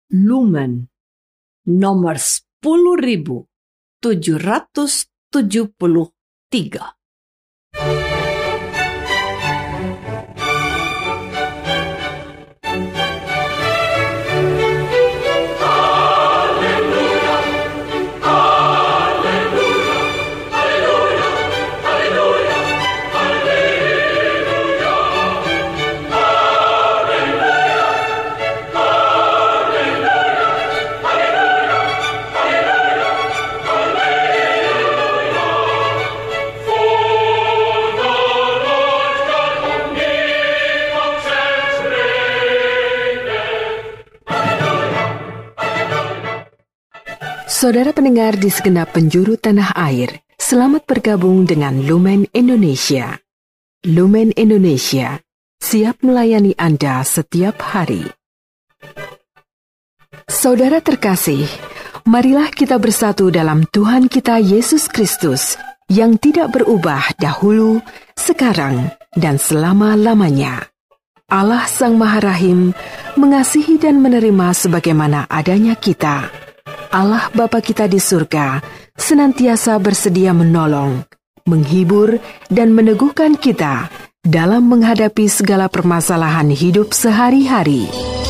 Lumen nomor 10.773. Saudara pendengar di segenap penjuru tanah air, selamat bergabung dengan Lumen Indonesia. Lumen Indonesia, siap melayani Anda setiap hari. Saudara terkasih, marilah kita bersatu dalam Tuhan kita Yesus Kristus yang tidak berubah dahulu, sekarang, dan selama-lamanya. Allah Sang Maha Rahim mengasihi dan menerima sebagaimana adanya kita. Allah Bapa kita di surga senantiasa bersedia menolong, menghibur, dan meneguhkan kita dalam menghadapi segala permasalahan hidup sehari-hari.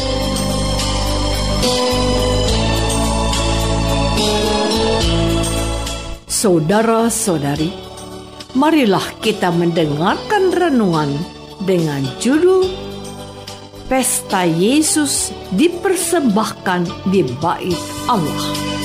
Saudara-saudari, marilah kita mendengarkan renungan dengan judul Pesta Yesus dipersembahkan di Bait Allah.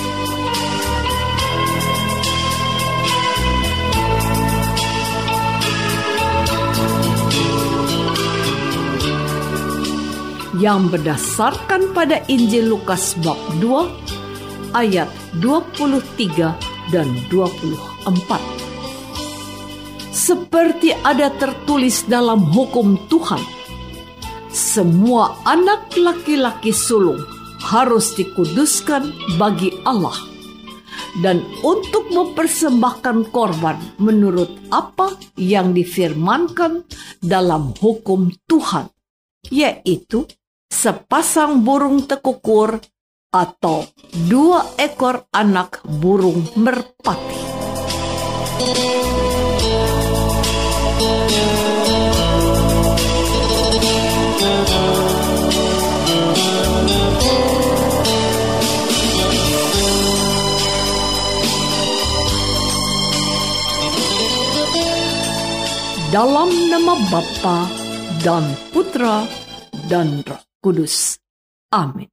Yang berdasarkan pada Injil Lukas bab 2 ayat 23 dan 24. Seperti ada tertulis dalam hukum Tuhan, semua anak laki-laki sulung harus dikuduskan bagi Allah dan untuk mempersembahkan korban menurut apa yang difirmankan dalam hukum Tuhan, yaitu sepasang burung tekukur atau 2 ekor anak burung merpati. Dalam nama Bapa dan Putra dan Roh Kudus. Amin.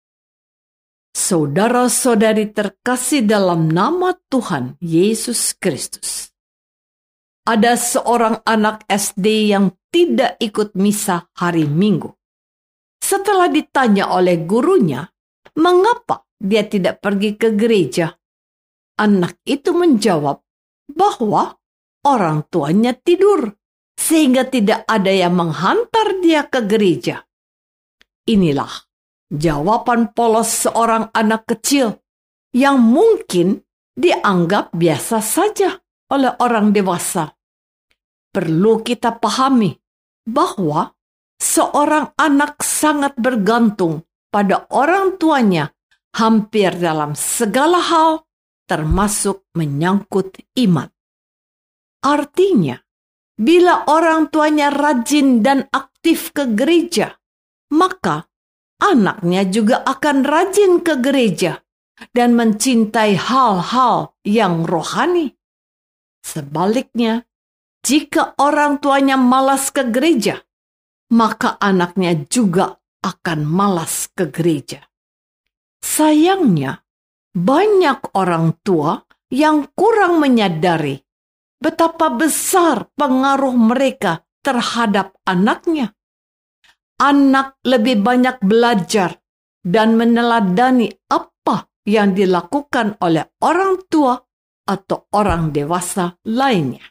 Saudara-saudari terkasih dalam nama Tuhan Yesus Kristus. Ada seorang anak SD yang tidak ikut misa hari Minggu. Setelah ditanya oleh gurunya, mengapa dia tidak pergi ke gereja? Anak itu menjawab bahwa orang tuanya tidur, sehingga tidak ada yang menghantar dia ke gereja. Inilah jawaban polos seorang anak kecil yang mungkin dianggap biasa saja oleh orang dewasa. Perlu kita pahami bahwa seorang anak sangat bergantung pada orang tuanya hampir dalam segala hal, termasuk menyangkut iman. Artinya, bila orang tuanya rajin dan aktif ke gereja, maka anaknya juga akan rajin ke gereja dan mencintai hal-hal yang rohani. Sebaliknya, jika orang tuanya malas ke gereja, maka anaknya juga akan malas ke gereja. Sayangnya, banyak orang tua yang kurang menyadari betapa besar pengaruh mereka terhadap anaknya. Anak lebih banyak belajar dan meneladani apa yang dilakukan oleh orang tua atau orang dewasa lainnya.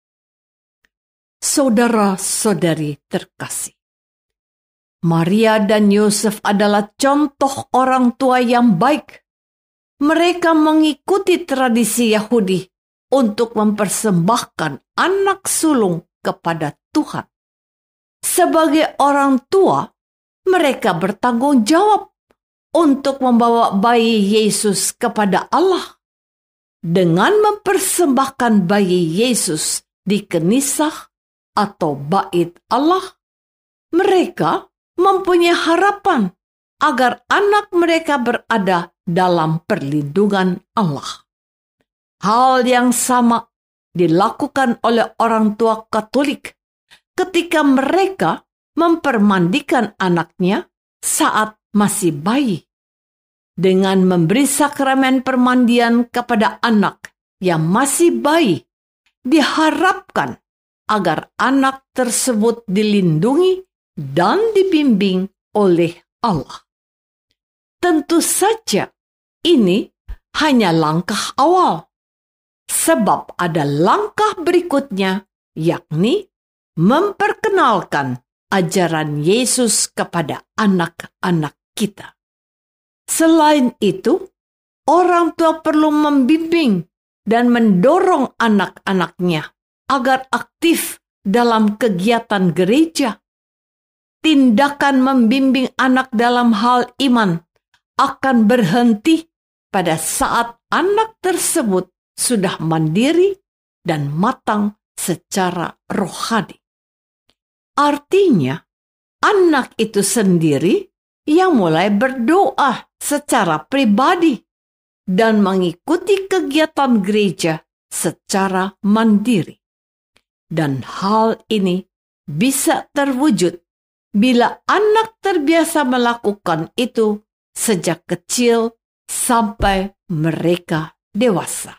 Saudara-saudari terkasih, Maria dan Yosef adalah contoh orang tua yang baik. Mereka mengikuti tradisi Yahudi untuk mempersembahkan anak sulung kepada Tuhan. Sebagai orang tua, mereka bertanggung jawab untuk membawa bayi Yesus kepada Allah. Dengan mempersembahkan bayi Yesus di kenisah atau bait Allah, mereka mempunyai harapan agar anak mereka berada dalam perlindungan Allah. Hal yang sama dilakukan oleh orang tua Katolik ketika mereka mempermandikan anaknya saat masih bayi. Dengan memberi sakramen permandian kepada anak yang masih bayi, diharapkan agar anak tersebut dilindungi dan dibimbing oleh Allah. Tentu saja ini hanya langkah awal, sebab ada langkah berikutnya, yakni memperkenalkan ajaran Yesus kepada anak-anak kita. Selain itu, orang tua perlu membimbing dan mendorong anak-anaknya agar aktif dalam kegiatan gereja. Tindakan membimbing anak dalam hal iman akan berhenti pada saat anak tersebut sudah mandiri dan matang secara rohani. Artinya, anak itu sendiri yang mulai berdoa secara pribadi dan mengikuti kegiatan gereja secara mandiri. Dan hal ini bisa terwujud bila anak terbiasa melakukan itu sejak kecil sampai mereka dewasa.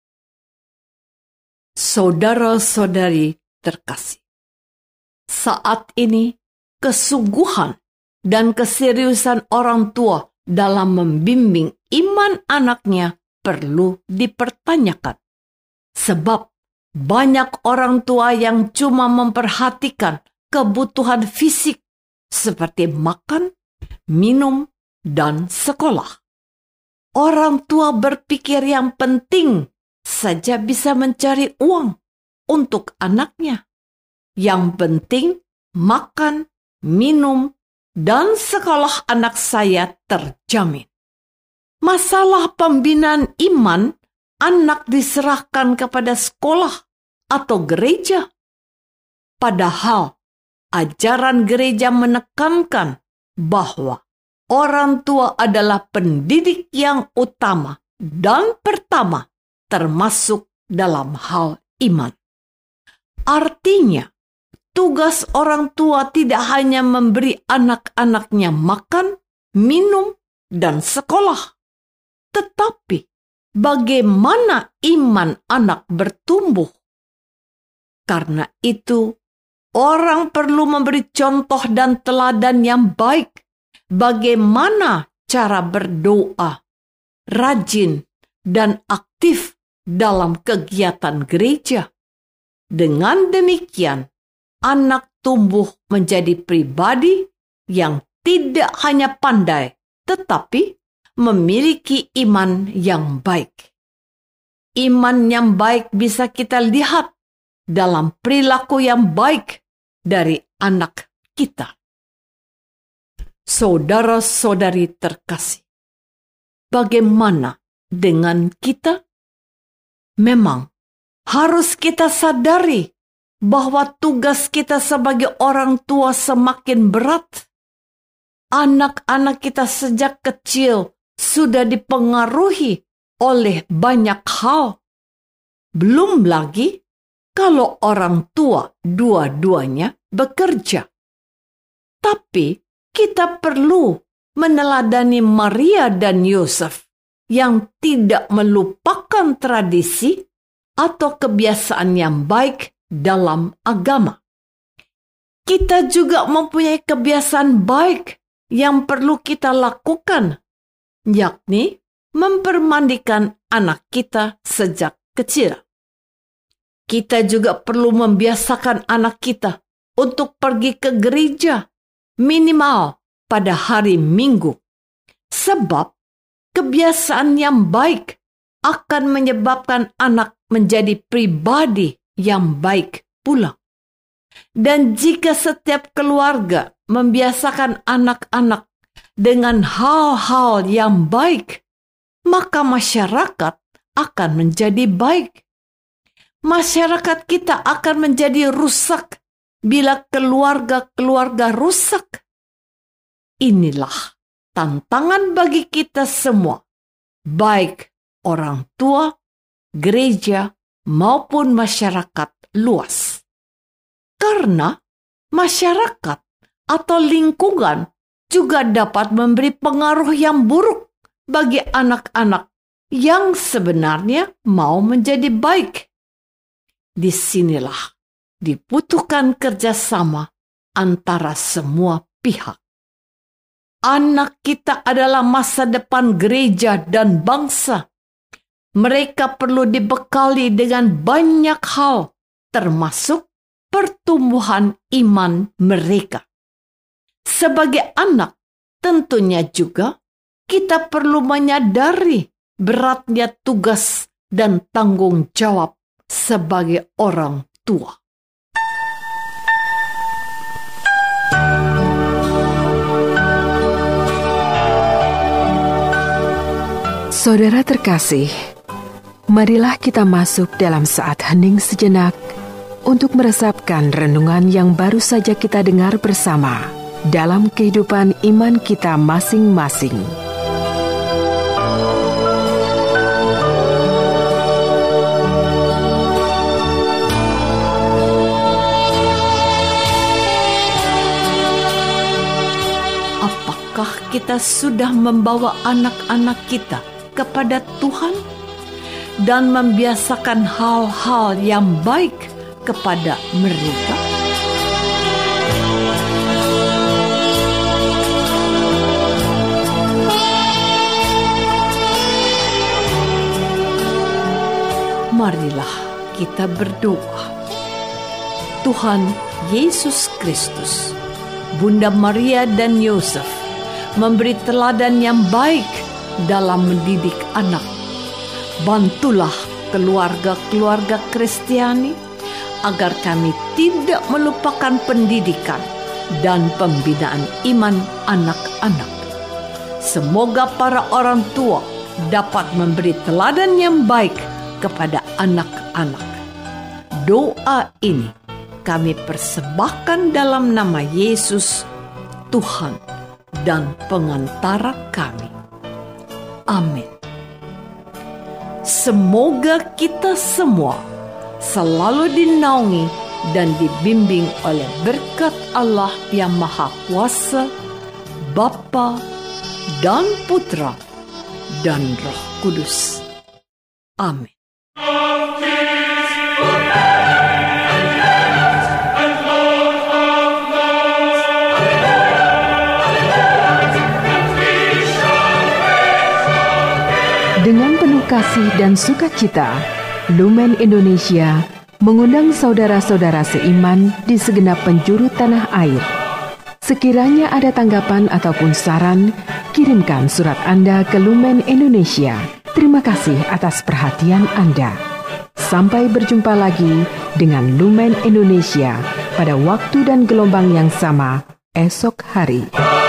Saudara-saudari terkasih, saat ini kesungguhan dan keseriusan orang tua dalam membimbing iman anaknya perlu dipertanyakan. Sebab banyak orang tua yang cuma memperhatikan kebutuhan fisik seperti makan, minum, dan sekolah. Orang tua berpikir yang penting saja bisa mencari uang untuk anaknya. Yang penting makan, minum, dan sekolah anak saya terjamin. Masalah pembinaan iman, anak diserahkan kepada sekolah atau gereja. Padahal ajaran gereja menekankan bahwa orang tua adalah pendidik yang utama dan pertama termasuk dalam hal iman. Artinya, tugas orang tua tidak hanya memberi anak-anaknya makan, minum, dan sekolah, tetapi bagaimana iman anak bertumbuh. Karena itu, orang perlu memberi contoh dan teladan yang baik bagaimana cara berdoa, rajin, dan aktif dalam kegiatan gereja. Dengan demikian, anak tumbuh menjadi pribadi yang tidak hanya pandai, tetapi memiliki iman yang baik. Iman yang baik bisa kita lihat dalam perilaku yang baik dari anak kita. Saudara-saudari terkasih, bagaimana dengan kita? Memang harus kita sadari bahwa tugas kita sebagai orang tua semakin berat. Anak-anak kita sejak kecil sudah dipengaruhi oleh banyak hal. Belum lagi kalau orang tua dua-duanya bekerja. Tapi kita perlu meneladani Maria dan Yosef yang tidak melupakan tradisi atau kebiasaan yang baik dalam agama. Kita juga mempunyai kebiasaan baik yang perlu kita lakukan, yakni mempermandikan anak kita sejak kecil. Kita juga perlu membiasakan anak kita untuk pergi ke gereja minimal pada hari Minggu, sebab kebiasaan yang baik akan menyebabkan anak menjadi pribadi yang baik pula. Dan jika setiap keluarga membiasakan anak-anak dengan hal-hal yang baik, maka masyarakat akan menjadi baik. Masyarakat kita akan menjadi rusak bila keluarga-keluarga rusak. Inilah tantangan bagi kita semua, baik orang tua, gereja, maupun masyarakat luas. Karena masyarakat atau lingkungan juga dapat memberi pengaruh yang buruk bagi anak-anak yang sebenarnya mau menjadi baik. Disinilah dibutuhkan kerjasama antara semua pihak. Anak kita adalah masa depan gereja dan bangsa. Mereka perlu dibekali dengan banyak hal, termasuk pertumbuhan iman mereka. Sebagai anak, tentunya juga kita perlu menyadari beratnya tugas dan tanggung jawab sebagai orang tua. Saudara terkasih, marilah kita masuk dalam saat hening sejenak untuk meresapkan renungan yang baru saja kita dengar bersama dalam kehidupan iman kita masing-masing. Apakah kita sudah membawa anak-anak kita kepada Tuhan dan membiasakan hal-hal yang baik kepada mereka? Marilah kita berdoa. Tuhan Yesus Kristus, Bunda Maria dan Yosef memberi teladan yang baik dalam mendidik anak. Bantulah keluarga-keluarga Kristiani agar kami tidak melupakan pendidikan dan pembinaan iman anak-anak. Semoga para orang tua dapat memberi teladan yang baik kepada anak-anak. Doa ini kami persembahkan dalam nama Yesus, Tuhan dan pengantara kami. Amin. Semoga kita semua selalu dinaungi dan dibimbing oleh berkat Allah yang Maha Kuasa, Bapa dan Putra dan Roh Kudus. Amin. Dengan penuh kasih dan sukacita, Lumen Indonesia mengundang saudara-saudara seiman di segenap penjuru tanah air. Sekiranya ada tanggapan ataupun saran, kirimkan surat Anda ke Lumen Indonesia. Terima kasih atas perhatian Anda. Sampai berjumpa lagi dengan Lumen Indonesia pada waktu dan gelombang yang sama esok hari.